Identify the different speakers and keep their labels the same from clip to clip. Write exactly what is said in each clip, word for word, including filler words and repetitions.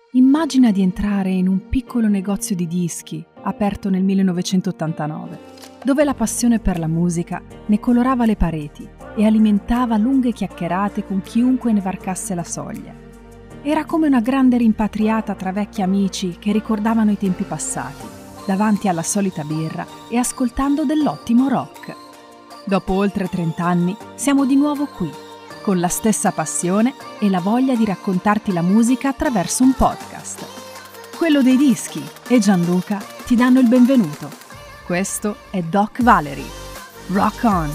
Speaker 1: Immagina di entrare in un piccolo negozio di dischi aperto nel millenovecentottantanove, dove la passione per la musica ne colorava le pareti e alimentava lunghe chiacchierate con chiunque ne varcasse la soglia. Era come una grande rimpatriata tra vecchi amici che ricordavano i tempi passati, davanti alla solita birra e ascoltando dell'ottimo rock. Dopo oltre trent'anni siamo di nuovo qui, con la stessa passione e la voglia di raccontarti la musica attraverso un podcast. Quello dei dischi e Gianluca ti danno il benvenuto. Questo è Doc Valery. Rock on!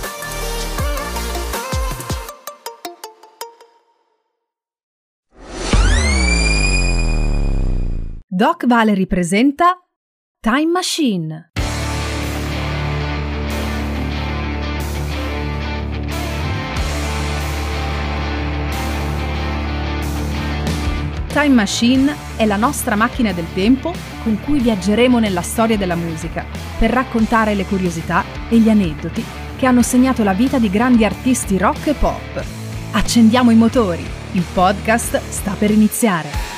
Speaker 1: Doc Valery presenta Time Machine. Time Machine è la nostra macchina del tempo con cui viaggeremo nella storia della musica per raccontare le curiosità e gli aneddoti che hanno segnato la vita di grandi artisti rock e pop. Accendiamo i motori, il podcast sta per iniziare.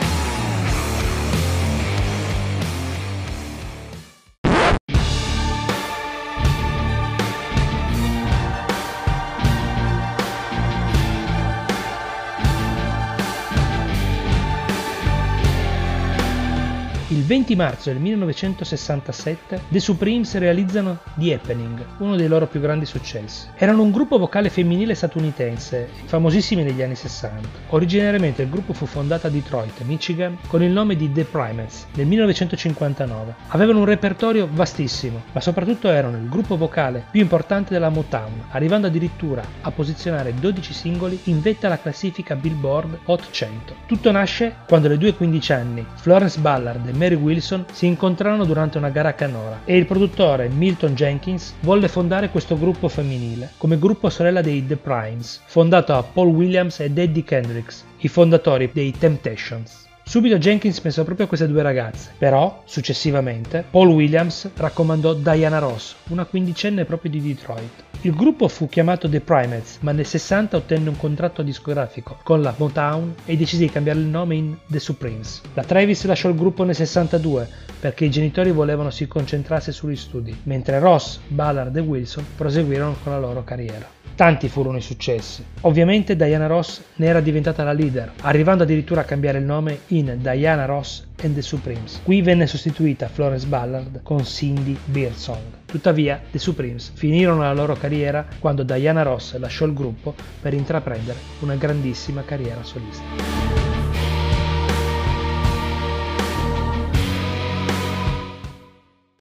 Speaker 2: Il venti marzo del millenovecentosessantasette The Supremes realizzano The Happening, uno dei loro più grandi successi. Erano un gruppo vocale femminile statunitense, famosissimi negli anni sessanta. Originariamente il gruppo fu fondato a Detroit, Michigan, con il nome di The Primates nel millenovecentocinquantanove. Avevano un repertorio vastissimo, ma soprattutto erano il gruppo vocale più importante della Motown, arrivando addirittura a posizionare dodici singoli in vetta alla classifica Billboard Hot cento. Tutto nasce quando le due quindicenni Florence Ballard e Mary Wilson si incontrarono durante una gara a canora e il produttore Milton Jenkins volle fondare questo gruppo femminile come gruppo sorella dei The Primes, fondato da Paul Williams ed Eddie Kendricks, i fondatori dei Temptations. Subito Jenkins pensò proprio a queste due ragazze, però, successivamente, Paul Williams raccomandò Diana Ross, una quindicenne proprio di Detroit. Il gruppo fu chiamato The Primates, ma nel sessanta ottenne un contratto discografico con la Motown e decise di cambiare il nome in The Supremes. La Travis lasciò il gruppo nel sessantadue perché i genitori volevano si concentrasse sugli studi, mentre Ross, Ballard e Wilson proseguirono con la loro carriera. Tanti furono i successi. Ovviamente Diana Ross ne era diventata la leader, arrivando addirittura a cambiare il nome in Diana Ross and the Supremes. Qui venne sostituita Florence Ballard con Cindy Birdsong. Tuttavia, The Supremes finirono la loro carriera quando Diana Ross lasciò il gruppo per intraprendere una grandissima carriera solista.